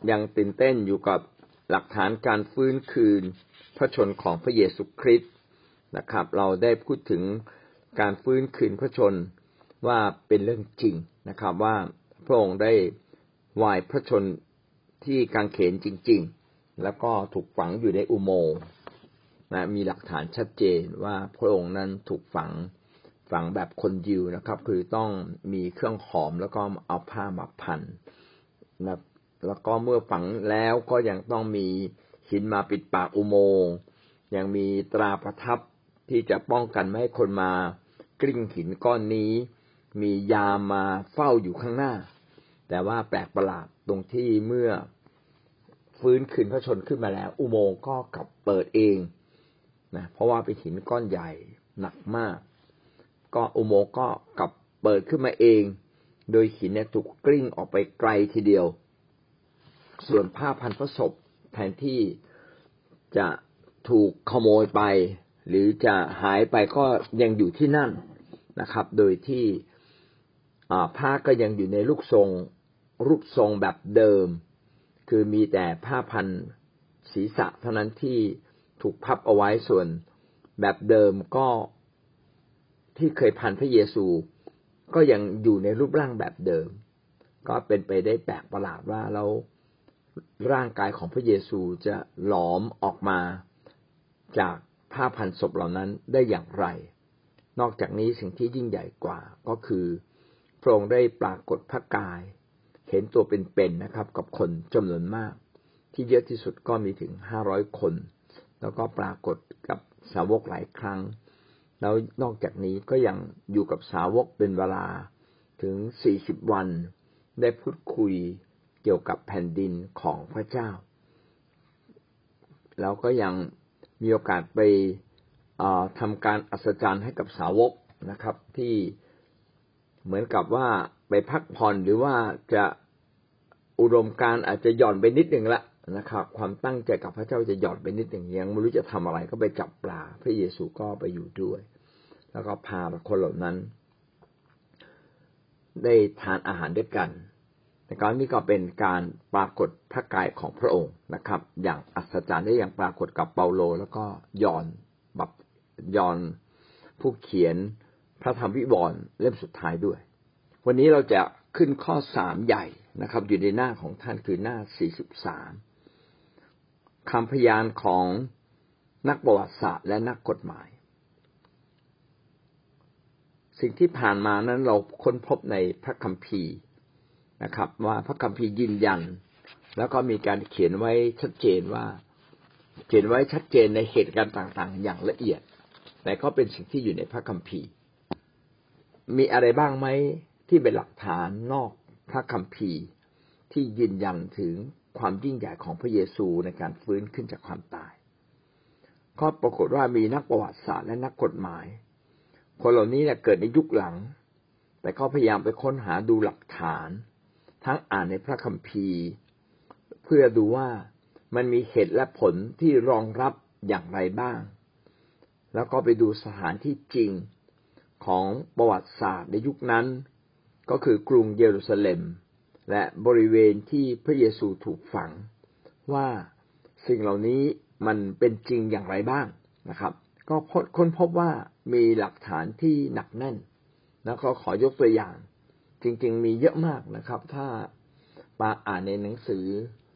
ยังตื่นเต้นอยู่กับหลักฐานการฟื้นคืนพระชนของพระเยซูคริสต์นะครับเราได้พูดถึงการฟื้นคืนพระชนว่าเป็นเรื่องจริงนะครับว่าพระองค์ได้วายพระชนที่กางเขนจริงๆแล้วก็ถูกฝังอยู่ในอุโมงค์นะมีหลักฐานชัดเจนว่าพระองค์นั้นถูกฝังแบบคนยิวนะครับคือต้องมีเครื่องหอมแล้วก็เอาผ้ามาพันนะแล้วก็เมื่อฝังแล้วก็ยังต้องมีหินมาปิดปากอุโมงค์ยังมีตราประทับที่จะป้องกันไม่ให้คนมากลิ้งหินก้อนนี้มียามมาเฝ้าอยู่ข้างหน้าแต่ว่าแปลกประหลาดตรงที่เมื่อฟื้นคืนพระชนขึ้นมาแล้วอุโมงค์ก็กลับเปิดเองนะเพราะว่าเป็นหินก้อนใหญ่หนักมากก็อุโมงค์ก็กลับเปิดขึ้นมาเองโดยหินเนี่ยถูกกลิ้งออกไปไกลทีเดียวส่วนผ้าพันพระศพแทนที่จะถูกขโมยไปหรือจะหายไปก็ยังอยู่ที่นั่นนะครับโดยที่ผ้าก็ยังอยู่ในรูปทรงแบบเดิมคือมีแต่ผ้าพันศีรษะเท่านั้นที่ถูกพับเอาไว้ส่วนแบบเดิมก็ที่เคยพันพระเยซูก็ยังอยู่ในรูปร่างแบบเดิมก็เป็นไปได้แปลกประหลาดว่าแล้วร่างกายของพระเยซูจะหลอมออกมาจากผ้าพันศพเหล่านั้นได้อย่างไรนอกจากนี้สิ่งที่ยิ่งใหญ่กว่าก็คือพระองค์ได้ปรากฏพระกายเห็นตัวเป็นๆนะครับกับคนจำนวนมากที่เยอะที่สุดก็มีถึง500คนแล้วก็ปรากฏกับสาวกหลายครั้งแล้วนอกจากนี้ก็ยังอยู่กับสาวกเป็นเวลาถึง40วันได้พูดคุยเกี่ยวกับแผ่นดินของพระเจ้าแล้วก็ยังมีโอกาสไปทำการอัศจรรย์ให้กับสาวกนะครับที่เหมือนกับว่าไปพักผ่อนหรือว่าจะอุดมการอาจจะหย่อนไปนิดนึงละนะครับความตั้งใจกับพระเจ้าจะหย่อนไปนิดนึงยังไม่รู้จะทำอะไรก็ไปจับปลาพระเยซูก็ไปอยู่ด้วยแล้วก็พาคนเหล่านั้นได้ทานอาหารด้วยกันแต่การนี้ก็เป็นการปรากฏพระกายของพระองค์นะครับอย่างอัศจรรย์ได้อย่างปรากฏกับเปาโลแล้วก็ยอห์นผู้เขียนพระธรรมวิวรณ์เล่มสุดท้ายด้วยวันนี้เราจะขึ้นข้อ3ใหญ่นะครับอยู่ในหน้าของท่านคือหน้า43คำพยานของนักประวัติศาสตร์และนักกฎหมายสิ่งที่ผ่านมานั้นเราค้นพบในพระคัมภีร์นะครับว่าพระคัมภีร์ยืนยันแล้วก็มีการเขียนไว้ชัดเจนในเหตุการณ์ต่างๆอย่างละเอียดแต่ก็เป็นสิ่งที่อยู่ในพระคัมภีร์มีอะไรบ้างไหมที่เป็นหลักฐานนอกพระคัมภีร์ที่ยืนยันถึงความยิ่งใหญ่ของพระเยซูในการฟื้นขึ้นจากความตายก็ปรากฏว่ามีนักประวัติศาสตร์และนักกฎหมายคนเหล่านี้เนี่ยเกิดในยุคหลังแต่ก็พยายามไปค้นหาดูหลักฐานทั้งอ่านในพระคัมภีร์เพื่อดูว่ามันมีเหตุและผลที่รองรับอย่างไรบ้างแล้วก็ไปดูสถานที่จริงของประวัติศาสตร์ในยุคนั้นก็คือกรุงเยรูซาเล็มและบริเวณที่พระเยซูถูกฝังว่าสิ่งเหล่านี้มันเป็นจริงอย่างไรบ้างนะครับก็ค้นพบว่ามีหลักฐานที่หนักแน่นแล้วก็ขอยกตัวอย่างจริงๆมีเยอะมากนะครับถ้ามาอ่านในหนังสือ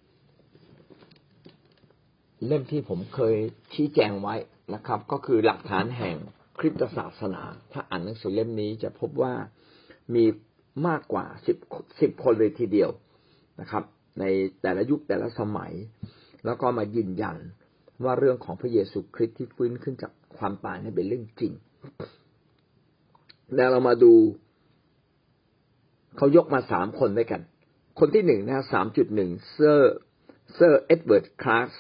เล่มที่ผมเคยชี้แจงไว้นะครับก็คือหลักฐานแห่งคริสตศาสนาถ้าอ่านหนังสือเล่มนี้จะพบว่ามีมากกว่า10คนเลยทีเดียวนะครับในแต่ละยุคแต่ละสมัยแล้วก็มายืนยันว่าเรื่องของพระเยซูคริสต์ที่ฟื้นขึ้นจากความตายนั้นเป็นเรื่องจริงแล้วเรามาดูเขายกมา3คนด้วยกันคนที่1นะ 3.1 เซอร์เอ็ดเวิร์ดคลาส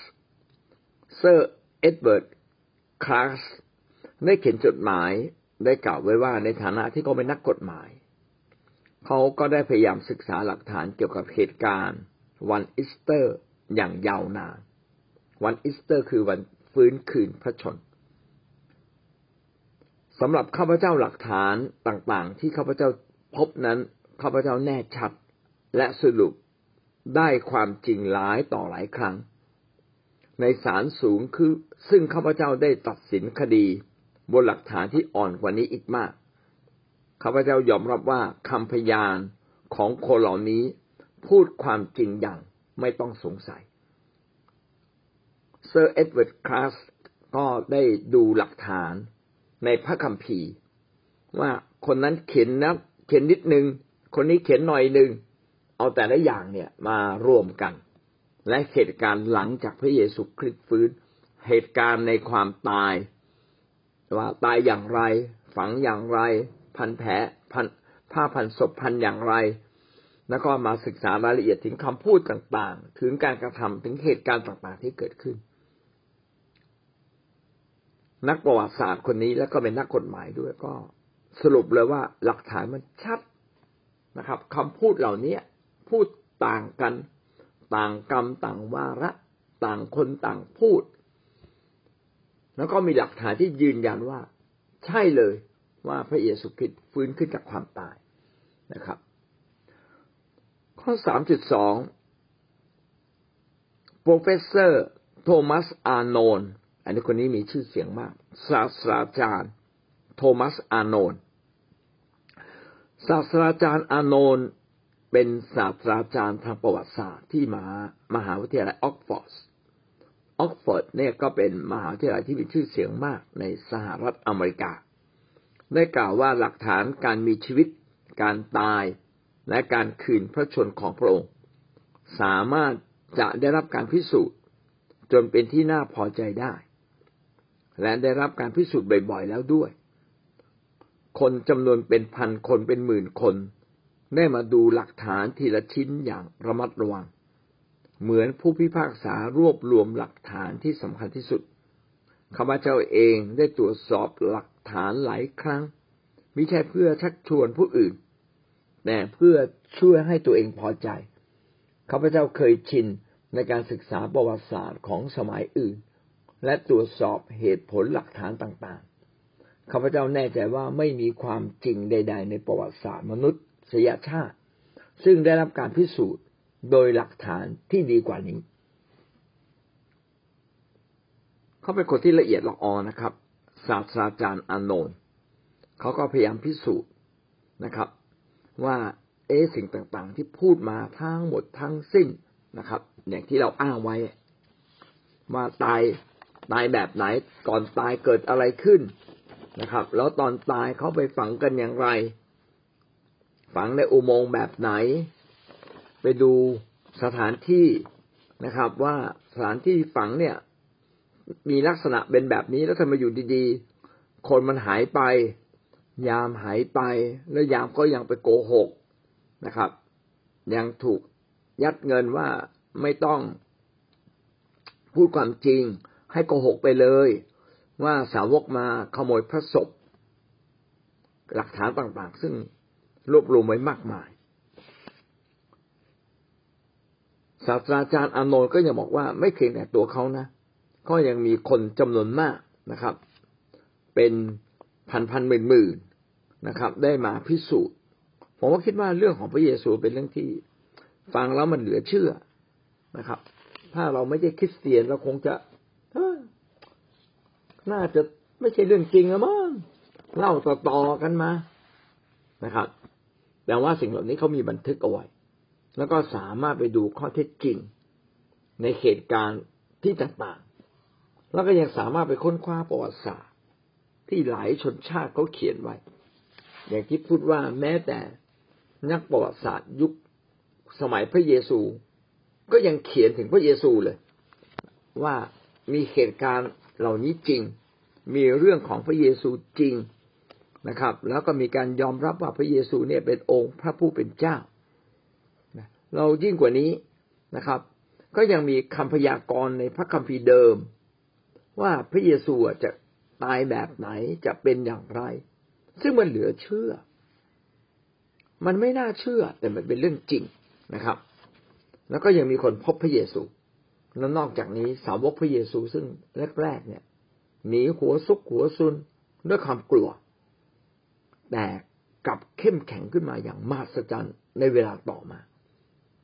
ได้เขียนจดหมายได้กล่าวไว้ว่าในฐานะที่เขาเป็นนักกฎหมายเขาก็ได้พยายามศึกษาหลักฐานเกี่ยวกับเหตุการณ์วันอีสเตอร์อย่างยาวนานวันอีสเตอร์คือวันฟื้นคืนพระชนสำหรับข้าพเจ้าหลักฐานต่างๆที่ข้าพเจ้าพบนั้นข้าพเจ้าแน่ชัดและสรุปได้ความจริงหลายต่อหลายครั้งในศาลสูงคือซึ่งข้าพเจ้าได้ตัดสินคดีบนหลักฐานที่อ่อนกว่านี้อีกมากข้าพเจ้ายอมรับว่าคำพยานของคนเหล่านี้พูดความจริงอย่างไม่ต้องสงสัยเซอร์เอ็ดเวิร์ดคลาสก็ได้ดูหลักฐานในพระคัมภีร์ว่าคนนั้นเขียนนิดนึงคนนี้เขียนหน่อยนึงเอาแต่ละอย่างเนี่ยมารวมกันและเหตุการณ์หลังจากพระเยซูคริสต์ฟื้นเหตุการณ์ในความตายว่าตายอย่างไรฝังอย่างไรพันแผลผ้าพันศพพันอย่างไรแล้วก็มาศึกษารายละเอียดถึงคำพูดต่างๆถึงการกระทำถึงเหตุการณ์ต่างๆที่เกิดขึ้นนักประวัติศาสตร์คนนี้แล้วก็เป็นนักกฎหมายด้วยก็สรุปเลยว่าหลักฐานมันชัดนะครับคำพูดเหล่านี้พูดต่างกันต่างกรรมต่างวาระต่างคนต่างพูดแล้วก็มีหลักฐานที่ยืนยันว่าใช่เลยว่าพระเยซูคริสต์ฟื้นขึ้นจากความตายนะครับข้อ 3.2 โปรเฟสเซอร์โทมัสอาร์โนนอันนี้คนนี้มีชื่อเสียงมากศาสตราจารย์โทมัสอาร์โนนศาสตราจารย์อาร์โนนเป็นศาสตราจารย์ทางประวัติศาสตร์ที่มหาวิทยาลัยออกฟอร์ดเนี่ยก็เป็นมหาวิทยาลัยที่มีชื่อเสียงมากในสหรัฐอเมริกาได้กล่าวว่าหลักฐานการมีชีวิตการตายและการคืนพระชนของพระองค์สามารถจะได้รับการพิสูจน์จนเป็นที่น่าพอใจได้และได้รับการพิสูจน์บ่อยๆแล้วด้วยคนจำนวนเป็นพันคนเป็นหมื่นคนได้มาดูหลักฐานทีละชิ้นอย่างระมัดระวังเหมือนผู้พิพากษารวบรวมหลักฐานที่สำคัญที่สุดข้าพเจ้าเองได้ตรวจสอบหลักฐานหลายครั้งมิใช่เพื่อชักชวนผู้อื่นแต่เพื่อช่วยให้ตัวเองพอใจข้าพเจ้าเคยชินในการศึกษาประวัติศาสตร์ของสมัยอื่นและตรวจสอบเหตุผลหลักฐานต่างๆข้าพเจ้าแน่ใจว่าไม่มีความจริงใดๆในประวัติศาสตร์มนุษยชาติซึ่งได้รับการพิสูจน์โดยหลักฐานที่ดีกว่านี้เขาเป็นคนที่ละเอียดละออนะครับศาสตราจารย์อาร์โนนเขาก็พยายามพิสูจน์นะครับว่าสิ่งต่างๆที่พูดมาทั้งหมดทั้งสิ้นนะครับอย่างที่เราอ้างไว้ว่าตายแบบไหนก่อนตายเกิดอะไรขึ้นนะครับแล้วตอนตายเขาไปฝังกันอย่างไรฝังในอุโมงค์แบบไหนไปดูสถานที่นะครับว่าสถานที่ฝังเนี่ยมีลักษณะเป็นแบบนี้แล้วทำไมอยู่ดีๆคนมันหายไปยามหายไปแล้วยามก็ยังไปโกหกนะครับยังถูกยัดเงินว่าไม่ต้องพูดความจริงให้โกหกไปเลยว่าสาวกมาขโมยพระศพหลักฐานต่างๆซึ่งรวบรวมไว้มากมายศาสตราจารย์อาร์โนนก็ยังบอกว่าไม่เพียงแต่ตัวเขานะก็ยังมีคนจำนวนมากนะครับเป็นพันหมื่นนะครับได้มาพิสูจน์ผมว่าคิดว่าเรื่องของพระเยซูเป็นเรื่องที่ฟังแล้วมันเหลือเชื่อนะครับถ้าเราไม่ใช่คริสเตียนเราคงจะน่าจะไม่ใช่เรื่องจริงอะมั้งเล่าต่อๆกันมานะครับแต่ว่าสิ่งเหล่านี้เขามีบันทึกเอาไว้แล้วก็สามารถไปดูข้อเท็จจริงในเหตุการณ์ที่ต่างๆแล้วก็ยังสามารถไปค้นคว้าประวัติศาสตร์ที่หลายชนชาติเขาเขียนไว้อย่างที่พูดว่าแม้แต่นักประวัติศาสตร์ยุคสมัยพระเยซูก็ยังเขียนถึงพระเยซูเลยว่ามีเหตุการณ์เหล่านี้จริงมีเรื่องของพระเยซูจริงนะครับแล้วก็มีการยอมรับว่าพระเยซูเนี่ยเป็นองค์พระผู้เป็นเจ้าเรายิ่งกว่านี้นะครับก็ยังมีคำพยากรณ์ในพระคัมภีร์เดิมว่าพระเยซูจะตายแบบไหนจะเป็นอย่างไรซึ่งมันเหลือเชื่อมันไม่น่าเชื่อแต่มันเป็นเรื่องจริงนะครับแล้วก็ยังมีคนพบพระเยซูและนอกจากนี้สาวกพระเยซูซึ่งแรกๆเนี่ยหนีหัวซุกหัวซุนด้วยความกลัวแต่กลับเข้มแข็งขึ้นมาอย่างมหัศจรรย์ในเวลาต่อมา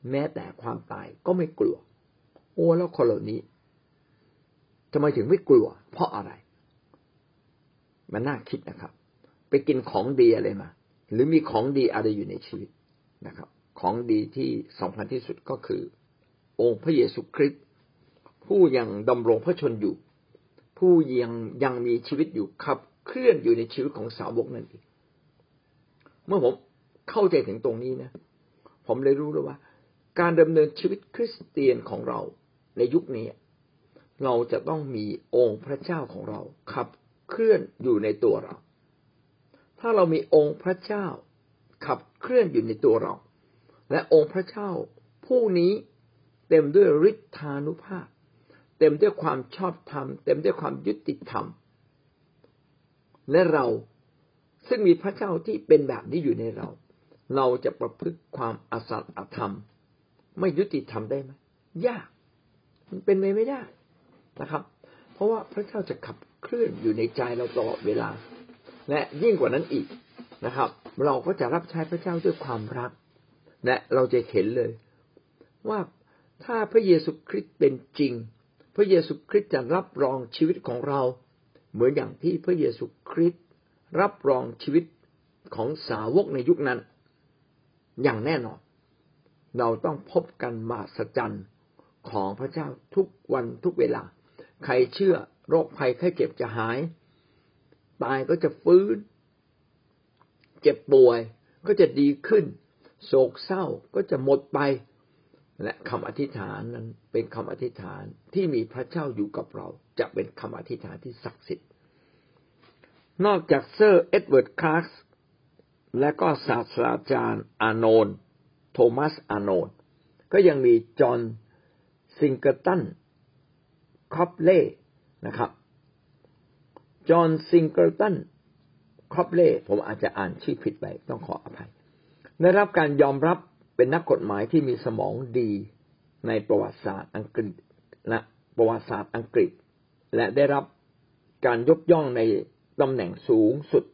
แม้แต่ความตายก็ไม่กลัวโอ้แล้วคนเหล่านี้ทำไมถึงไม่กลัวเพราะอะไรมันน่าคิดนะครับไปกินของดีอะไรมาหรือมีของดีอะไรอยู่ในชีวิตนะครับของดีที่สำคัญที่สุดก็คือองค์พระเยซูคริสต์ผู้ยังดำรงพระชนอยู่ผู้ยังมีชีวิตอยู่ขับเคลื่อนอยู่ในชีวิตของสาวกนั่นเองเมื่อผมเข้าใจถึงตรงนี้นะผมเลยรู้เลยว่าการดำเนินชีวิตคริสเตียนของเราในยุคนี้เราจะต้องมีองค์พระเจ้าของเราขับเคลื่อนอยู่ในตัวเราถ้าเรามีองค์พระเจ้าขับเคลื่อนอยู่ในตัวเราและองค์พระเจ้าผู้นี้เต็มด้วยฤทธานุภาพเต็มด้วยความชอบธรรมเต็มด้วยความยุติธรรมและเราซึ่งมีพระเจ้าที่เป็นแบบนี้อยู่ในเราเราจะประพฤติความอสัตย์อธรรมไม่ยุติธรรมได้ไหมยากมันเป็นไปไม่ได้นะครับเพราะว่าพระเจ้าจะขับเคลื่อนอยู่ในใจเราตลอดเวลาและยิ่งกว่านั้นอีกนะครับเราก็จะรับใช้พระเจ้าด้วยความรักและเราจะเห็นเลยว่าถ้าพระเยซูคริสต์เป็นจริงพระเยซูคริสต์จะรับรองชีวิตของเราเหมือนอย่างที่พระเยซูคริสต์รับรองชีวิตของสาวกในยุคนั้นอย่างแน่นอนเราต้องพบกันมหัศจรรย์ของพระเจ้าทุกวันทุกเวลาใครเชื่อโรคภัยไข้เจ็บจะหายตายก็จะฟื้นเจ็บป่วยก็จะดีขึ้นโศกเศร้าก็จะหมดไปและคำอธิษฐานนั้นเป็นคำอธิษฐานที่มีพระเจ้าอยู่กับเราจะเป็นคำอธิษฐานที่ศักดิ์สิทธิ์นอกจากเซอร์เอ็ดเวิร์ดคลาร์กและก็ศาสตราจารย์อาโนนโทมัสอาโนนก็ยังมีจอห์นซิงเกอร์ตันคอปเล่นะครับจอห์นซิงเกอร์ตันคอปเล่ผมอาจจะอ่านชื่อผิดไปต้องขออภัยได้รับการยอมรับเป็นนักกฎหมายที่มีสมองดีในประวัติศาสตร์อังกฤษและประวัติศาสตร์อังกฤษและได้รับการยกย่องในตำแหน่งสูงสุด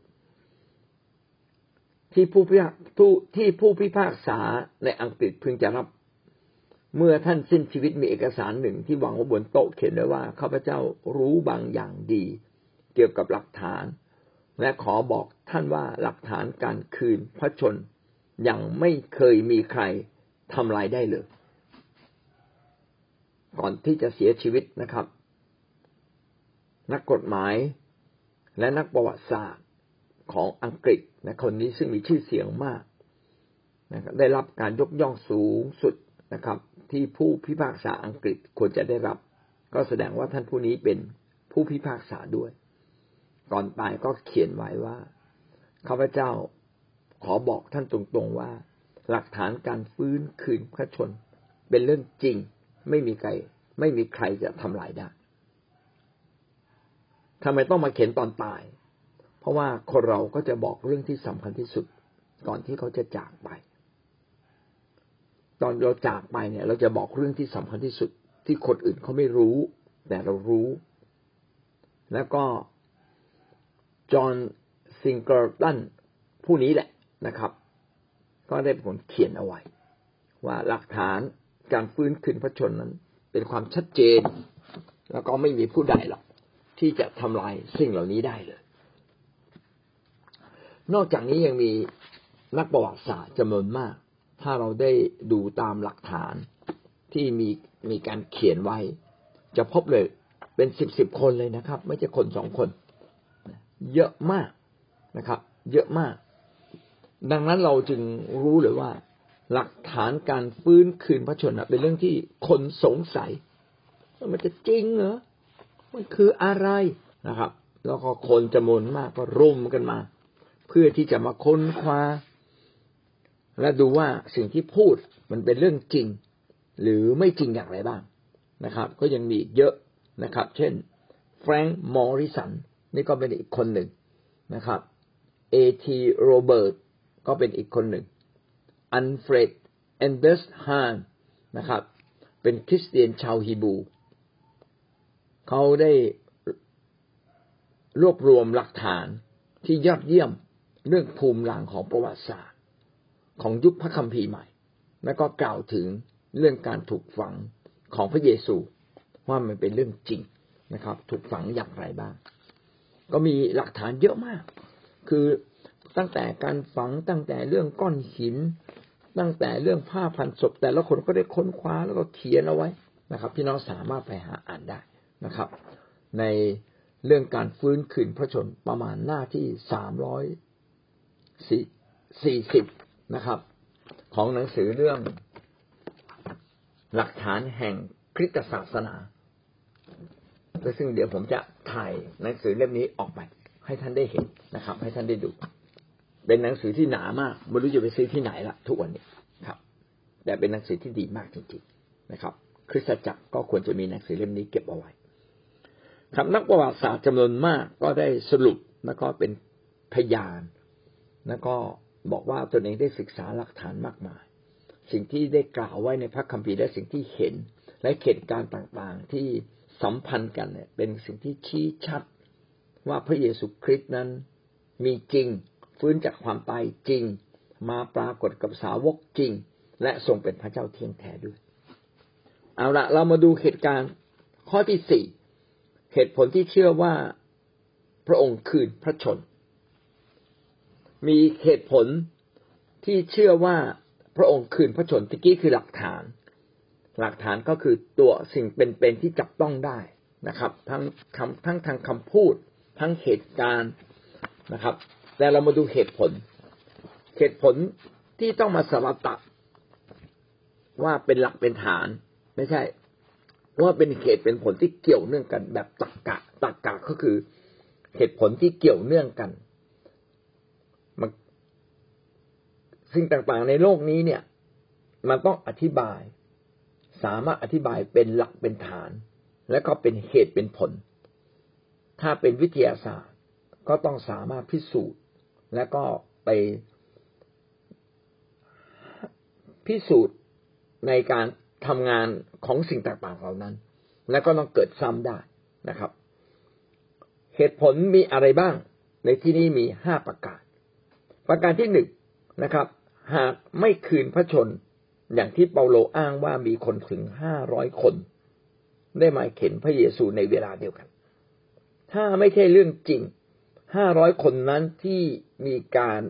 ที่ผู้พิพากษาในอังกฤษพึงจะรับเมื่อท่านสิ้นชีวิตมีเอกสารหนึ่งที่วางไว้บนโต๊ะเขียนไว้ว่าข้าพเจ้ารู้บางอย่างดีเกี่ยวกับหลักฐานและขอบอกท่านว่าหลักฐานการคืนพระชนยังไม่เคยมีใครทำลายได้เลยก่อนที่จะเสียชีวิตนะครับนักกฎหมายและนักประวัติศาสตร์ของอังกฤษนะคนนี้ซึ่งมีชื่อเสียงมากนะครับได้รับการยกย่องสูงสุดนะครับที่ผู้พิพากษาอังกฤษควรจะได้รับก็แสดงว่าท่านผู้นี้เป็นผู้พิพากษาด้วยก่อนตายก็เขียนไว้ว่าข้าพเจ้าขอบอกท่านตรงๆว่าหลักฐานการฟื้นคืนพระชนเป็นเรื่องจริงไม่มีใครจะทำลายได้ทำไมต้องมาเขียนตอนตายเพราะว่าคนเราก็จะบอกเรื่องที่สำคัญที่สุดก่อนที่เขาจะจากไปตอนเราจากไปเนี่ยเราจะบอกเรื่องที่สำคัญที่สุดที่คนอื่นเขาไม่รู้แต่เรารู้แล้วก็จอห์นซิงเกอร์ตันผู้นี้แหละนะครับก็ได้ผลเขียนเอาไว้ว่าหลักฐานการฟื้นคืนพระชนนั้นเป็นความชัดเจนแล้วก็ไม่มีผู้ใดหรอกที่จะทำลายสิ่งเหล่านี้ได้เลยนอกจากนี้ยังมีนักประวัติศาสตร์จำนวนมากถ้าเราได้ดูตามหลักฐานที่มีการเขียนไว้จะพบเลยเป็นสิบคนเลยนะครับไม่ใช่คน2 คนเยอะมากนะครับเยอะมากดังนั้นเราจึงรู้เลยว่าหลักฐานการฟื้นคืนพระชนเป็นเรื่องที่คนสงสัยว่ามันจะจริงเหรอมันคืออะไรนะครับแล้วก็คนจำนวนมากก็รุมกันมาเพื่อที่จะมาค้นคว้าและดูว่าสิ่งที่พูดมันเป็นเรื่องจริงหรือไม่จริงอย่างไรบ้างนะครับก็ยังมีเยอะนะครับเช่นแฟรงค์มอริสันนี่ก็เป็นอีกคนหนึ่งนะครับA.T. โรเบิร์ตก็เป็นอีกคนหนึ่งอันเฟรดแอนเดอร์สฮานนะครับเป็นคริสเตียนชาวฮีบรูเขาได้รวบรวมหลักฐานที่ยอดเยี่ยมเรื่องภูมิหลังของประวัติศาสตร์ของยุคพระคัมภีร์ใหม่แล้วก็กล่าวถึงเรื่องการถูกฝังของพระเยซูว่ามันเป็นเรื่องจริงนะครับถูกฝังอย่างไรบ้างก็มีหลักฐานเยอะมากคือตั้งแต่การฝังตั้งแต่เรื่องก้อนหินตั้งแต่เรื่องผ้าพันศพแต่ละคนก็ได้ค้นคว้าแล้วก็เขียนเอาไว้นะครับพี่น้องสามารถไปหาอ่านได้นะครับในเรื่องการฟื้นคืนพระชนประมาณหน้าที่340นะครับของหนังสือเรื่องหลักฐานแห่งคริสตศาสนาซึ่งเดี๋ยวผมจะถ่ายหนังสือเล่มนี้ออกไปให้ท่านได้เห็นนะครับให้ท่านได้ดูเป็นหนังสือที่หนามากไม่รู้จะไปซื้อที่ไหนละทุกวันนี้ครับแต่เป็นหนังสือที่ดีมากจริงๆนะครับคริสตจักรก็ควรจะมีหนังสือเล่มนี้เก็บเอาไว้ครับนักประวัติศาสตร์จำนวนมากก็ได้สรุปแล้วก็เป็นพยานแล้วก็บอกว่าตนเองได้ศึกษาหลักฐานมากมายสิ่งที่ได้กล่าวไว้ในพระคัมภีร์และสิ่งที่เห็นและเหตุการณ์ต่างๆที่สัมพันธ์กันเนี่ยเป็นสิ่งที่ชี้ชัดว่าพระเยซูคริสต์นั้นมีจริงฟื้นจากความตายจริงมาปรากฏกับสาวกจริงและทรงเป็นพระเจ้าเที่ยงแท้ด้วยเอาละเรามาดูเหตุการณ์ข้อที่4เหตุผลที่เชื่อว่าพระองค์คืนพระชนมีเหตุผลที่เชื่อว่าพระองค์คืนพระชนตะกี้คือหลักฐานก็คือตัวสิ่งเป็นๆที่จับต้องได้นะครับทั้งทางคำพูดทั้งเหตุการณ์นะครับแต่เรามาดูเหตุผลที่ต้องมาสลับตัดว่าเป็นหลักเป็นฐานไม่ใช่ว่าเป็นเหตุเป็นผลที่เกี่ยวเนื่องกันแบบตรรกะก็คือเหตุผลที่เกี่ยวเนื่องกันสิ่งต่างๆในโลกนี้เนี่ยมันต้องอธิบายสามารถอธิบายเป็นหลักเป็นฐานและก็เป็นเหตุเป็นผลถ้าเป็นวิทยาศาสตร์ก็ต้องสามารถพิสูจน์และก็ไปพิสูจน์ในการทำงานของสิ่งต่างๆเหล่านั้นและก็ต้องเกิดซ้ำได้นะครับเหตุผลมีอะไรบ้างในที่นี้มี5ประการที่1นะครับหากไม่คืนพระชนอย่างที่เปาโลอ้างว่ามีคนถึง500คนได้มาเข็นพระเยซูในเวลาเดียวกันถ้าไม่ใช่เรื่องจริง500คนนั้นที่มีการ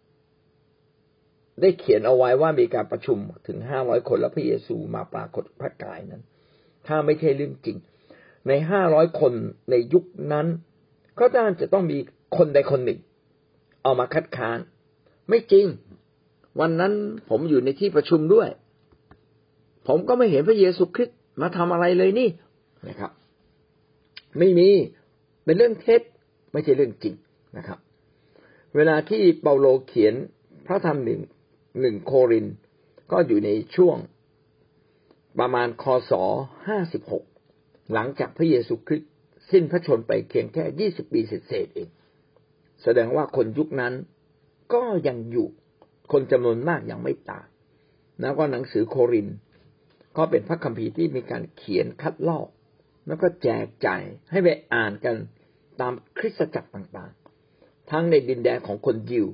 ได้เขียนเอาไว้ว่ามีการประชุมถึง500คนแล้วพระเยซูมาปรากฏพระกายนั้นถ้าไม่ใช่เรื่องจริงใน500คนในยุคนั้นก็น่าจะต้องมีคนใดคนหนึ่งเอามาคัดค้านไม่จริงวันนั้นผมอยู่ในที่ประชุมด้วยผมก็ไม่เห็นพระเยซูคริสต์มาทำอะไรเลยนี่นะครับไม่มีเป็นเรื่องเท็จไม่ใช่เรื่องจริงนะครับเวลาที่เปาโลเขียนพระธรรม1โครินธ์ก็อยู่ในช่วงประมาณคศ56หลังจากพระเยซูคริสต์สิ้นพระชนม์ไปเพียงแค่20ปีเศษๆเองแสดงว่าคนยุคนั้นก็ยังอยู่คนจำนวนมากยังไม่ตายแล้วก็หนังสือโครินธ์ก็เป็นพระคัมภีร์ที่มีการเขียนคัดลอกแล้วก็แจกจ่ายให้ไปอ่านกันตามคริสตจักรต่างๆทั้งในดินแดนของคนยิว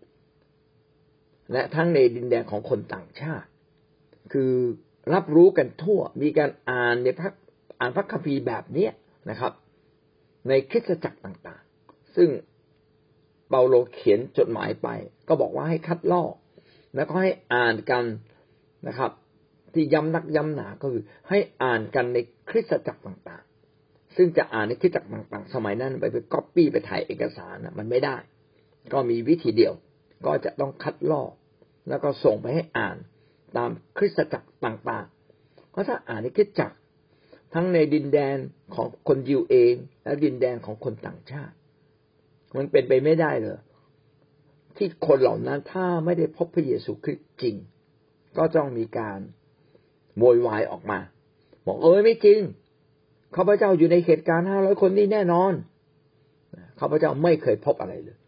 และทั้งในดินแดนของคนต่างชาติคือรับรู้กันทั่วมีการอ่านพระคัมภีร์แบบนี้นะครับในคริสตจักรต่างๆซึ่งเปาโลเขียนจดหมายไปก็บอกว่าให้คัดลอกแล้วก็ให้อ่านกันนะครับที่ย้ำนักย้ำหนาก็คือให้อ่านกันในคริสตจักรต่างๆซึ่งจะอ่านในคริสตจักรต่างๆสมัยนั้นไปก๊อปปี้ไปถ่ายเอกสารมันไม่ได้ก็มีวิธีเดียวก็จะต้องคัดลอกแล้วก็ส่งไปให้อ่านตามคริสตจักรต่างๆเพราะถ้าอ่านในคริสตจักรทั้งในดินแดนของคนยิวเองและดินแดนของคนต่างชาติมันเป็นไปไม่ได้เลยที่คนเหล่านั้นถ้าไม่ได้พบพระเยซูคริสต์จริงก็ต้องมีการโวยวายออกมาบอกไม่จริงข้าพเจ้าอยู่ในเหตุการณ์500คนนี่แน่นอนข้าพเจ้าไม่เคยพบอะไรเลย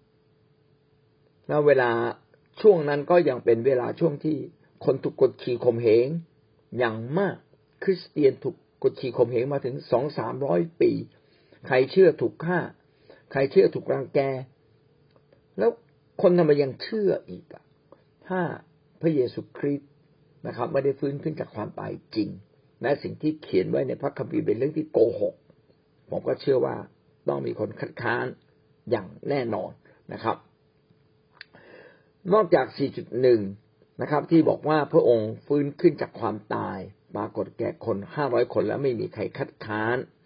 แล้วเวลาช่วงนั้นก็ยังเป็นเวลาช่วงที่คนถูกกดขี่ข่มเหงอย่างมากคริสเตียนถูกกดขี่ข่มเหงมาถึง 200-300 ปีใครเชื่อถูกฆ่าใครเชื่อถูกรังแกแล้วคนทำไมยังเชื่ออีกถ้าพระเยซูคริสต์นะครับไม่ได้ฟื้นขึ้นจากความตายจริงและสิ่งที่เขียนไว้ในพระคัมภีร์เป็นเรื่องที่โกหกผมก็เชื่อว่าต้องมีคนคัดค้านอย่างแน่นอนนะครับนอกจาก 4.1 นะครับที่บอกว่าพระองค์ฟื้นขึ้นจากความตายปรากฏแก่คน500คนแล้วไม่มีใครคัดค้าน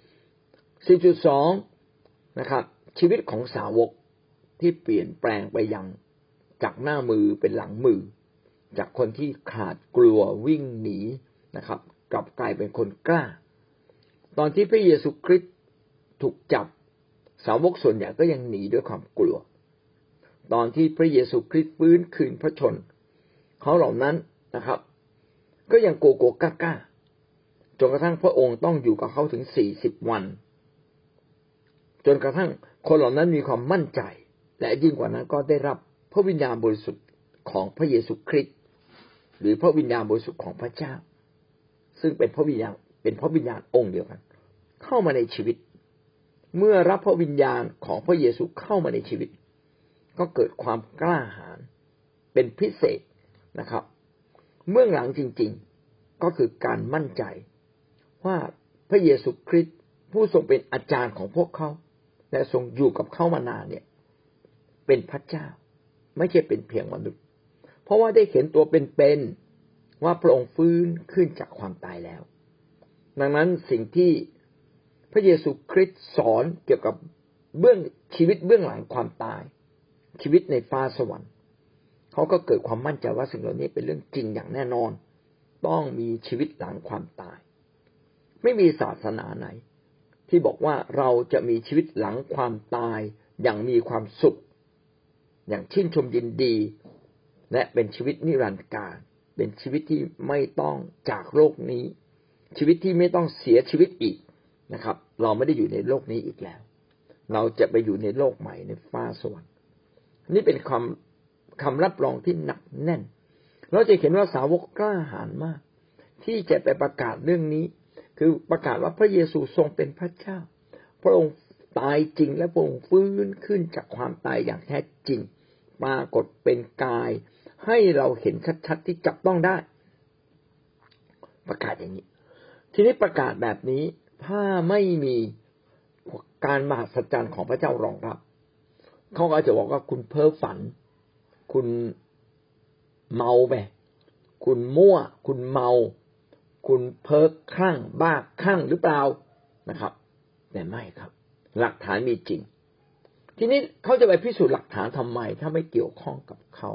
4.2 นะครับชีวิตของสาวกที่เปลี่ยนแปลงไปยังจากหน้ามือเป็นหลังมือจากคนที่ขาดกลัววิ่งหนีนะครับกลับกลายเป็นคนกล้าตอนที่พระเยซูคริสต์ถูกจับสาวกส่วนใหญ่ก็ยังหนีด้วยความกลัวตอนที่พระเยซูคริสต์ฟื้นคืนพระชนเขาเหล่านั้นนะครับก็ยังโกโก้กล้าจนกระทั่งพระองค์ต้องอยู่กับเขาถึง40 วันจนกระทั่งคนเหล่านั้นมีความมั่นใจและยิ่งกว่านั้นก็ได้รับพระวิญญาณบริสุทธิ์ของพระเยซูคริสต์หรือพระวิญญาณบริสุทธิ์ของพระเจ้าซึ่งเป็นพระวิญญาณองค์เดียวกันเข้ามาในชีวิตเมื่อรับพระวิญญาณของพระเยซูเข้ามาในชีวิตก็เกิดความกล้าหาญเป็นพิเศษนะครับเบื้องหลังจริงๆก็คือการมั่นใจว่าพระเยซูคริสต์ผู้ทรงเป็นอาจารย์ของพวกเขาและทรงอยู่กับเขามานานเนี่ยเป็นพระเจ้าไม่ใช่เป็นเพียงมนุษย์เพราะว่าได้เห็นตัวเป็นๆว่าพระองค์ฟื้นขึ้นจากความตายแล้วดังนั้นสิ่งที่พระเยซูคริสต์สอนเกี่ยวกับชีวิตเบื้องหลังความตายชีวิตในฟ้าสวรรค์เขาก็เกิดความมั่นใจว่าสิ่งเหล่านี้เป็นเรื่องจริงอย่างแน่นอนต้องมีชีวิตหลังความตายไม่มีศาสนาไหนที่บอกว่าเราจะมีชีวิตหลังความตายอย่างมีความสุขอย่างชื่นชมยินดีและเป็นชีวิตนิรันดร์กาลเป็นชีวิตที่ไม่ต้องจากโลกนี้ชีวิตที่ไม่ต้องเสียชีวิตอีกนะครับเราไม่ได้อยู่ในโลกนี้อีกแล้วเราจะไปอยู่ในโลกใหม่ในฟ้าสวรรค์นี่เป็นคำรับรองที่หนักแน่นเราจะเห็นว่าสาวกกล้าหาญมากที่จะไปประกาศเรื่องนี้คือประกาศว่าพระเยซูทรงเป็นพระเจ้าพระองค์ตายจริงและพระองค์ฟื้นขึ้นจากความตายอย่างแท้จริงปรากฏเป็นกายให้เราเห็นชัดๆที่จับต้องได้ประกาศอย่างนี้ทีนี้ประกาศแบบนี้ถ้าไม่มีการมหัศจรรย์ของพระเจ้ารองรับเขาก็จะบอกว่าคุณเพ้อฝันคุณเมาไปคุณมั่วคุณเมาคุณเพ้อคลั่งบ้าคลั่งหรือเปล่านะครับแต่ไม่ครับหลักฐานมีจริงทีนี้เขาจะไปพิสูจน์หลักฐานทำไมถ้าไม่เกี่ยวข้องกับเขา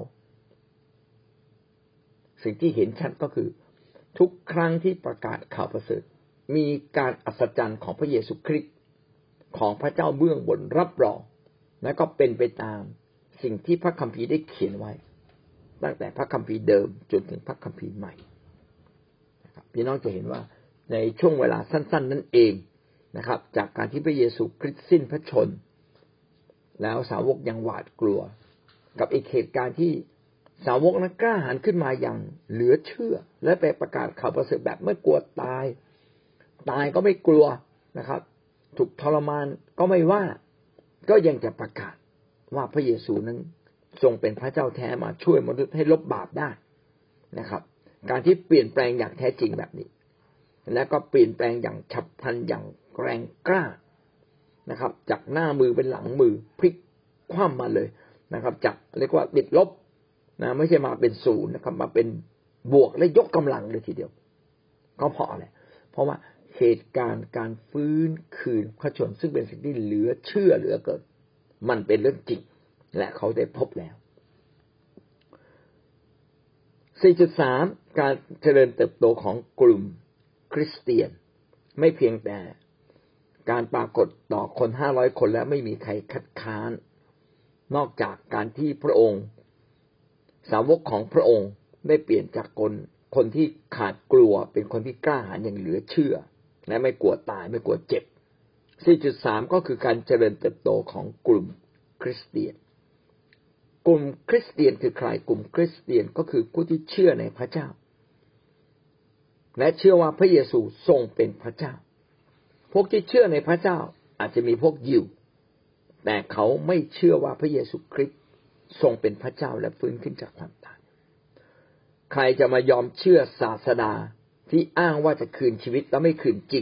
สิ่งที่เห็นชัดก็คือทุกครั้งที่ประกาศข่าวประเสริฐมีการอัศจรรย์ของพระเยซูคริสต์ของพระเจ้าเบื้องบนรับรองและก็เป็นไปตามสิ่งที่พระคัมภีร์ได้เขียนไว้ตั้งแต่พระคัมภีร์เดิมจนถึงพระคัมภีร์ใหม่นะครับพี่น้องจะเห็นว่าในช่วงเวลาสั้นๆนั่นเองนะครับจากการที่พระเยซูคริสต์สิ้นพระชนแล้วสาวกยังหวาดกลัวกับอีกเหตุการณ์ที่สาวกนั้นกล้าหาญขึ้นมาอย่างเหลือเชื่อและไปประกาศข่าวประเสริฐแบบไม่กลัวตายก็ไม่กลัวนะครับถูกทรมานก็ไม่ว่าก็ยังจะประกาศว่าพระเยซูนั้นทรงเป็นพระเจ้าแท้มาช่วยมนุษย์ให้ลบบาปได้นะครับการที่เปลี่ยนแปลงอย่างแท้จริงแบบนี้และก็เปลี่ยนแปลงอย่างฉับพลันอย่างแรงกล้านะครับจากหน้ามือเป็นหลังมือพลิกคว่ำมาเลยนะครับจากเรียกว่าติดลบนะไม่ใช่มาเป็นศูนย์นะครับมาเป็นบวกและยกกำลังเลยทีเดียวก็เพราะอะไรเพราะว่าเหตุการณ์การฟื้นคืนพระชนซึ่งเป็นสิ่งที่เหลือเชื่อเหลือเกินมันเป็นเรื่องจริงและเขาได้พบแล้ว 4.3 การเจริญเติบโตของกลุ่มคริสเตียนไม่เพียงแต่การปรากฏต่อคน500คนแล้วไม่มีใครคัดค้านนอกจากการที่พระองค์สาวกของพระองค์ได้เปลี่ยนจากคนที่ขาดกลัวเป็นคนที่กล้าหาญอย่างเหลือเชื่อและไม่กลัวตายไม่กลัวเจ็บ 4.3 ก็คือการเจริญเติบโตของกลุ่มคริสเตียนกลุ่มคริสเตียนคือใครกลุ่มคริสเตียนก็คือผู้ที่เชื่อในพระเจ้าและเชื่อว่าพระเยซูทรงเป็นพระเจ้าพวกที่เชื่อในพระเจ้าอาจจะมีพวกยิวแต่เขาไม่เชื่อว่าพระเยซูคริสต์ทรงเป็นพระเจ้าและฟื้นขึ้นจากความตายใครจะมายอมเชื่อศาสดาที่อ้างว่าจะคืนชีวิตแล้วไม่คืนจริง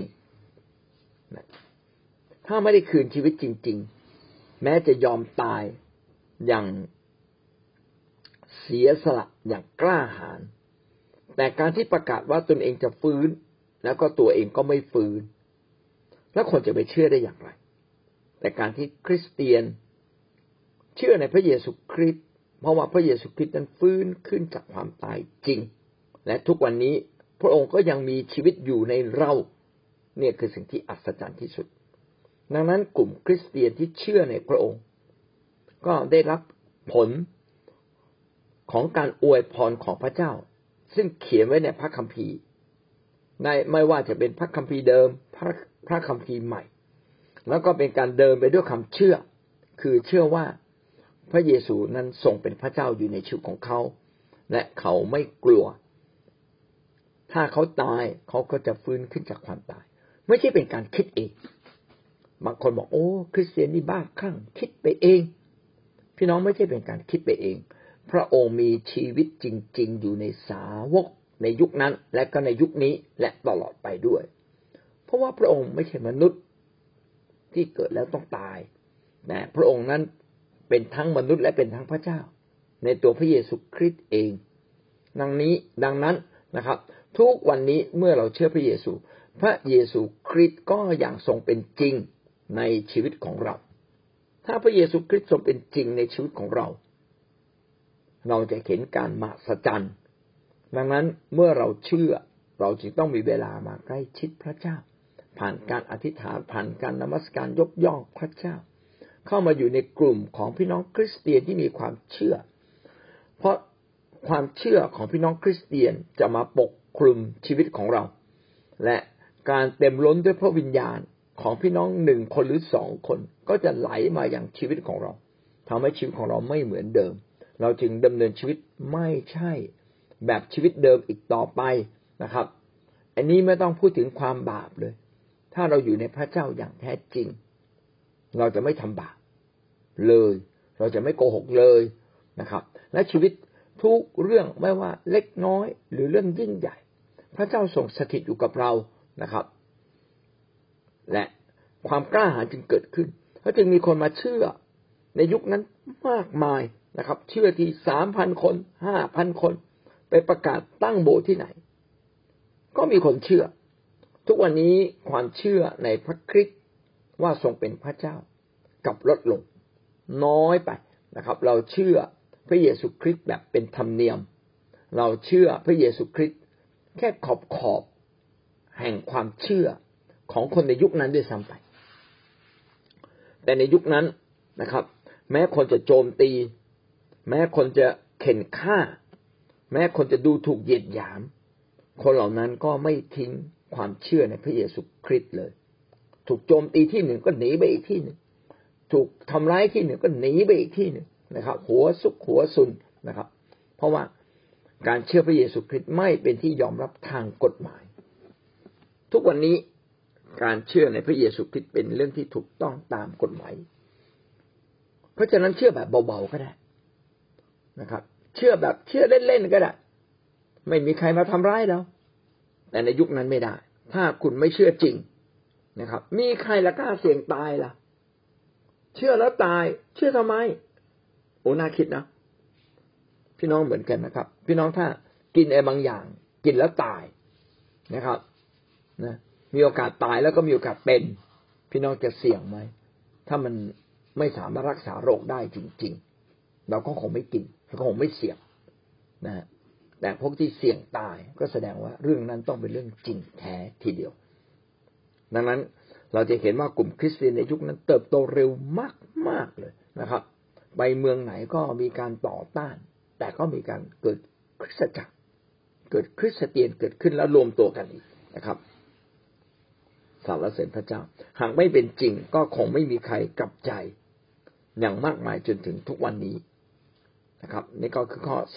ถ้าไม่ได้คืนชีวิตจริงๆแม้จะยอมตายอย่างเสียสละอย่างกล้าหาญแต่การที่ประกาศว่าตนเองจะฟื้นแล้วก็ตัวเองก็ไม่ฟื้นแล้วคนจะไปเชื่อได้อย่างไรแต่การที่คริสเตียนเชื่อในพระเยซูคริสต์เพราะว่าพระเยซูคริสต์นั้นฟื้นขึ้นจากความตายจริงและทุกวันนี้พระองค์ก็ยังมีชีวิตอยู่ในเราเนี่ยคือสิ่งที่อัศจรรย์ที่สุดดังนั้นกลุ่มคริสเตียนที่เชื่อในพระองค์ก็ได้รับผลของการอวยพรของพระเจ้าซึ่งเขียนไว้ในพระคัมภีร์ในไม่ว่าจะเป็นพระคัมภีร์เดิมพระคัมภีร์ใหม่แล้วก็เป็นการเดินไปด้วยความเชื่อคือเชื่อว่าพระเยซูนั้นทรงเป็นพระเจ้าอยู่ในชีวิตของเขาและเขาไม่กลัวถ้าเขาตายเขาก็จะฟื้นขึ้นจากความตายไม่ใช่เป็นการคิดเองบางคนบอกโอ้คริสเตียนนี่บ้าคลั่งคิดไปเองพี่น้องไม่ใช่เป็นการคิดไปเองพระองค์มีชีวิตจริงๆอยู่ในสาวกในยุคนั้นและก็ในยุคนี้และตลอดไปด้วยเพราะว่าพระองค์ไม่ใช่มนุษย์ที่เกิดแล้วต้องตายนะพระองค์นั้นเป็นทั้งมนุษย์และเป็นทั้งพระเจ้าในตัวพระเยซูคริสต์เองดังนั้นนะครับทุกวันนี้เมื่อเราเชื่อพระเยซูพระเยซูคริสต์ก็ยังทรงเป็นจริงในชีวิตของเราถ้าพระเยซูคริสต์ทรงเป็นจริงในชีวิตของเราเราจะเห็นการมหัศจรรย์ดังนั้นเมื่อเราเชื่อเราจึงต้องมีเวลามาใกล้ชิดพระเจ้าผ่านการอธิษฐานผ่านการนมัสการยกย่องพระเจ้าเข้ามาอยู่ในกลุ่มของพี่น้องคริสเตียนที่มีความเชื่อเพราะความเชื่อของพี่น้องคริสเตียนจะมาปกคลุมชีวิตของเราและการเต็มล้นด้วยพระวิญญาณของพี่น้อง1คนหรือ2คนก็จะไหลมาอย่างชีวิตของเราทำให้ชีวิตของเราไม่เหมือนเดิมเราจึงดำเนินชีวิตไม่ใช่แบบชีวิตเดิมอีกต่อไปนะครับอันนี้ไม่ต้องพูดถึงความบาปเลยถ้าเราอยู่ในพระเจ้าอย่างแท้จริงเราจะไม่ทำบาปเลยเราจะไม่โกหกเลยนะครับและชีวิตทุกเรื่องไม่ว่าเล็กน้อยหรือเรื่องยิ่งใหญ่พระเจ้าทรงสถิตอยู่กับเรานะครับและความกล้าหาญจึงเกิดขึ้นแล้วจึงมีคนมาเชื่อในยุคนั้นมากมายนะครับเชื่อที่ 3,000 คน 5,000 คนไปประกาศตั้งโบสถ์ที่ไหนก็มีคนเชื่อทุกวันนี้ความเชื่อในพระคริสต์ว่าทรงเป็นพระเจ้ากับลดลงน้อยไปนะครับเราเชื่อพระเยซูคริสต์แบบเป็นธรรมเนียมเราเชื่อพระเยซูคริสต์แค่ขอบแห่งความเชื่อของคนในยุคนั้นด้วยซ้ำไปแต่ในยุคนั้นนะครับแม้คนจะโจมตีแม้คนจะเข็นฆ่าแม้คนจะดูถูกเหยียดหยามคนเหล่านั้นก็ไม่ทิ้งความเชื่อในพระเยซูคริสต์เลยถูกโจมตีที่หนึ่งก็หนีไปอีกที่หนึ่งถูกทำร้ายที่หนึ่งก็หนีไปอีกที่หนึ่งนะครับหัวซุกหัวซุนนะครับเพราะว่าการเชื่อพระเยซูคริสต์ไม่เป็นที่ยอมรับทางกฎหมายทุกวันนี้การเชื่อในพระเยซูคริสต์เป็นเรื่องที่ถูกต้องตามกฎหมายเพราะฉะนั้นเชื่อแบบเบาๆก็ได้นะครับเชื่อแบบเชื่อเล่นๆก็ได้ไม่มีใครมาทำร้ายเราแต่ในยุคนั้นไม่ได้ถ้าคุณไม่เชื่อจริงนะครับมีใครละกล้าเสี่ยงตายล่ะเชื่อแล้วตายเชื่อทำไมโอ้น่าคิดนะพี่น้องเหมือนกันนะครับพี่น้องถ้ากินอะไรบางอย่างกินแล้วตายนะครับนะมีโอกาสตายแล้วก็มีโอกาสเป็นพี่น้องจะเสี่ยงไหมถ้ามันไม่สามารถรักษาโรคได้จริงๆเราก็คงไม่กินเราก็คงไม่เสี่ยงนะแต่พวกที่เสี่ยงตายก็แสดงว่าเรื่องนั้นต้องเป็นเรื่องจริงแท้ทีเดียวดังนั้นเราจะเห็นว่ากลุ่มคริสเตียนในยุคนั้นเติบโตเร็วมากๆเลยนะครับไปเมืองไหนก็มีการต่อต้านแต่ก็มีการเกิดคริสตจักรเกิดคริสเตียนเกิดขึ้นแล้วรวมตัวกันอีกนะครับสรรเสริญพระเจ้าหากไม่เป็นจริงก็คงไม่มีใครกลับใจอย่างมากมายจนถึงทุกวันนี้นะครับนี่ก็คือข้อ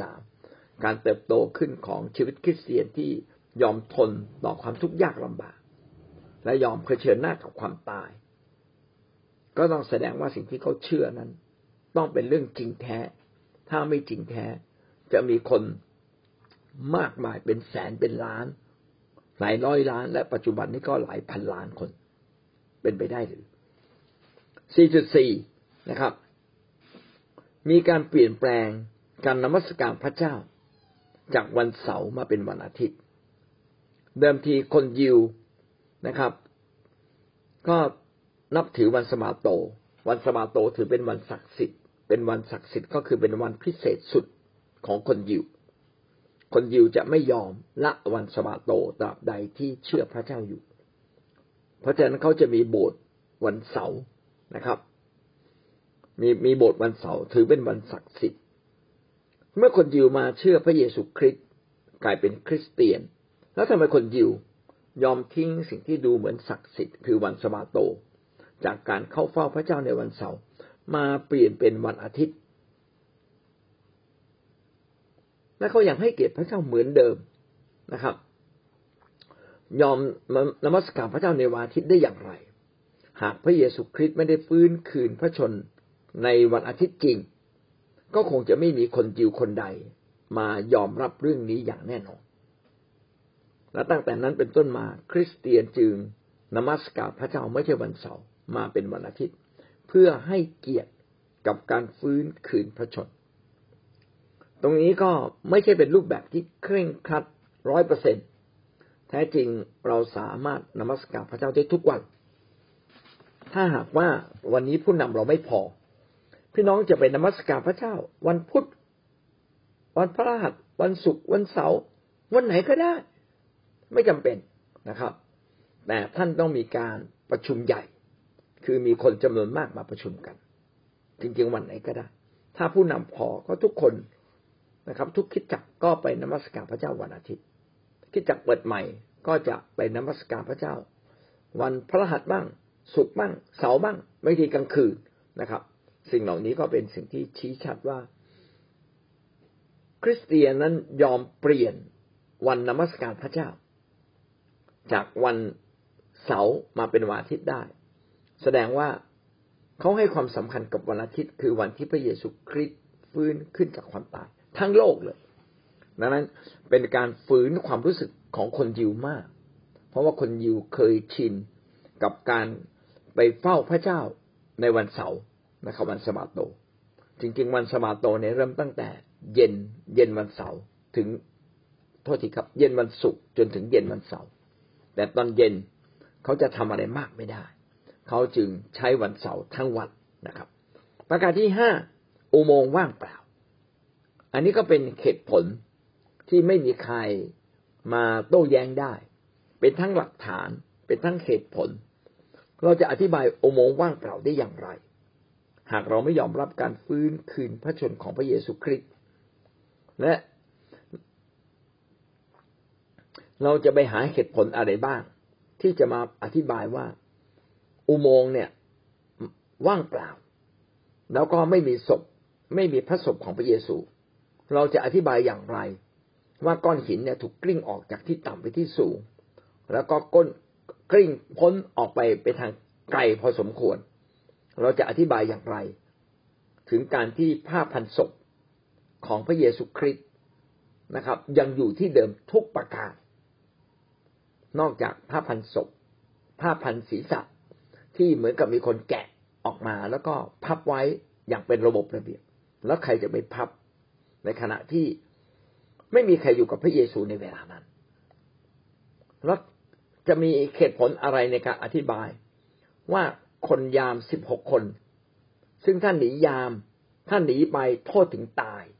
4.3 การเติบโตขึ้นของชีวิตคริสเตียนที่ยอมทนต่อความทุกข์ยากลำบากและยอมเผชิญหน้ากับความตายก็ต้องแสดงว่าสิ่งที่เขาเชื่อนั้นต้องเป็นเรื่องจริงแท้ถ้าไม่จริงแท้จะมีคนมากมายเป็นแสนเป็นล้านหลายร้อยล้านและปัจจุบันนี้ก็หลายพันล้านคนเป็นไปได้หรือ 4.4 นะครับมีการเปลี่ยนแปลงการนมัสการพระเจ้าจากวันเสาร์มาเป็นวันอาทิตย์เดิมทีคนยิวนะครับก็นับถือวันสะบาโตวันสะบาโตถือเป็นวันศักดิ์สิทธิ์เป็นวันศักดิ์สิทธิ์ก็คือเป็นวันพิเศษสุดของคนยิวคนยิวจะไม่ยอมละวันสะบาโตตราบใดที่เชื่อพระเจ้าอยู่เพราะฉะนั้นเขาจะมีโบสถ์วันเสาร์นะครับมีโบสถ์วันเสาร์ถือเป็นวันศักดิ์สิทธิ์เมื่อคนยิวมาเชื่อพระเยซูคริสต์กลายเป็นคริสเตียนแล้วทำไมคนยิวยอมทิ้งสิ่งที่ดูเหมือนศักดิ์สิทธิ์คือวันสะบาโตจากการเข้าเฝ้าพระเจ้าในวันเสาร์มาเปลี่ยนเป็นวันอาทิตย์และเขายังให้เกียรติพระเจ้าเหมือนเดิมนะครับยอมนมัสการพระเจ้าในวันอาทิตย์ได้อย่างไรหากพระเยซูคริสต์ไม่ได้ฟื้นคืนพระชนในวันอาทิตย์จริงก็คงจะไม่มีคนยิวคนใดมายอมรับเรื่องนี้อย่างแน่นอนและตั้งแต่นั้นเป็นต้นมาคริสเตียนจึงนมัสการพระเจ้าไม่ใช่วันเสาร์มาเป็นวันอาทิตย์เพื่อให้เกียรติกับการฟื้นคืนพระชนตรงนี้ก็ไม่ใช่เป็นรูปแบบที่เคร่งครัด 100% แท้จริงเราสามารถนมัสการพระเจ้าได้ทุกวันถ้าหากว่าวันนี้ผู้นำเราไม่พอพี่น้องจะไปนมัสการพระเจ้าวันพุธวันพฤหัสวันศุกร์วันเสาร์วันไหนก็ได้ไม่จำเป็นนะครับแต่ท่านต้องมีการประชุมใหญ่คือมีคนจำนวนมากมาประชุมกันจริงๆวันไหนก็ได้ถ้าผู้นำพอก็ทุกคนนะครับทุกคริสตจักรก็ไปนมัสการพระเจ้าวันอาทิตย์คริสตจักรเปิดใหม่ก็จะไปนมัสการพระเจ้าวันพฤหัสบ้างศุกร์บ้างเสาร์บ้างไม่ทีกลางคืนนะครับสิ่งเหล่านี้ก็เป็นสิ่งที่ชี้ชัดว่าคริสเตียนนั้นยอมเปลี่ยนวันนมัสการพระเจ้าจากวันเสาร์มาเป็นวันอาทิตย์ได้แสดงว่าเขาให้ความสำคัญกับวันอาทิตย์คือวันที่พระเยซูคริสต์ฟื้นขึ้นจากความตายทั้งโลกเลยดังนั้นเป็นการฟื้นความรู้สึกของคนยิวมากเพราะว่าคนยิวเคยชินกับการไปเฝ้าพระเจ้าในวันเสาร์นะครับวันสะบาโตจริงๆวันสะบาโตเนี่ยเริ่มตั้งแต่เย็นวันเสาร์ถึงโทษทีครับเย็นวันศุกร์จนถึงเย็นวันเสาร์แต่ตอนเย็นเขาจะทำอะไรมากไม่ได้เขาจึงใช้วันเสาร์ทั้งวันนะครับประการที่5อุโมงค์ว่างเปล่าอันนี้ก็เป็นเหตุผลที่ไม่มีใครมาโต้แย้งได้เป็นทั้งหลักฐานเป็นทั้งเหตุผลเราจะอธิบายอุโมงค์ว่างเปล่าได้อย่างไรหากเราไม่ยอมรับการฟื้นคืนพระชนของพระเยซูคริสต์และเราจะไปหาเหตุผลอะไรบ้างที่จะมาอธิบายว่าอุโมงค์เนี่ยว่างเปล่าแล้วก็ไม่มีศพไม่มีพระศพของพระเยซูเราจะอธิบายอย่างไรว่าก้อนหินเนี่ยถูกกลิ้งออกจากที่ต่ำไปที่สูงแล้วก็ก้นกลิ้งพ้นออกไปทางไกลพอสมควรเราจะอธิบายอย่างไรถึงการที่ผ้าพันศพของพระเยซูคริสต์นะครับยังอยู่ที่เดิมทุกประการนอกจากผ้าพันศพผ้าพันศีรษะที่เหมือนกับมีคนแกะออกมาแล้วก็พับไว้อย่างเป็นระบบระเบียบแล้วใครจะไปพับในขณะที่ไม่มีใครอยู่กับพระเยซูในเวลานั้นแล้วจะมีเหตุผลอะไรในการอธิบายว่าคนยาม16คนซึ่งท่านหนียามท่านหนีไปโทษถึงตาย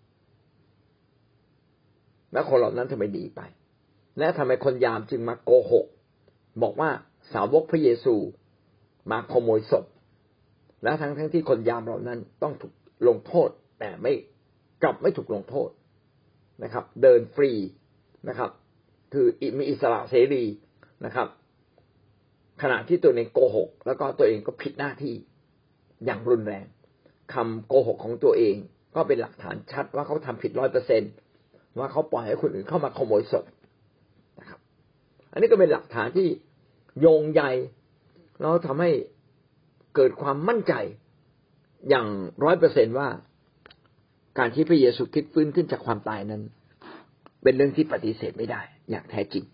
แล้วคนเหล่านั้นทำไมหนีไปและทำไมคนยามจึงมาโกหกบอกว่าสาวกพระเยซูมาขโมยศพและทั้งที่คนยามเหล่านั้นต้องถูกลงโทษแต่กลับไม่ถูกลงโทษนะครับเดินฟรีนะครับคือมีอิสระเสรีนะครับขณะที่ตัวเองโกหกแล้วก็ตัวเองก็ผิดหน้าที่อย่างรุนแรงคำโกหกของตัวเองก็เป็นหลักฐานชัดว่าเขาทำผิด 100% ว่าเขาปล่อยให้คนอื่นเข้ามาขโมยศพนะครับอันนี้ก็เป็นหลักฐานที่โยงใยแล้วทำให้เกิดความมั่นใจอย่าง 100% ว่าการที่พระเยซูคริสต์ฟื้นขึ้นจากความตายนั้นเป็นเรื่องที่ปฏิเสธไม่ได้อย่างแท้จริง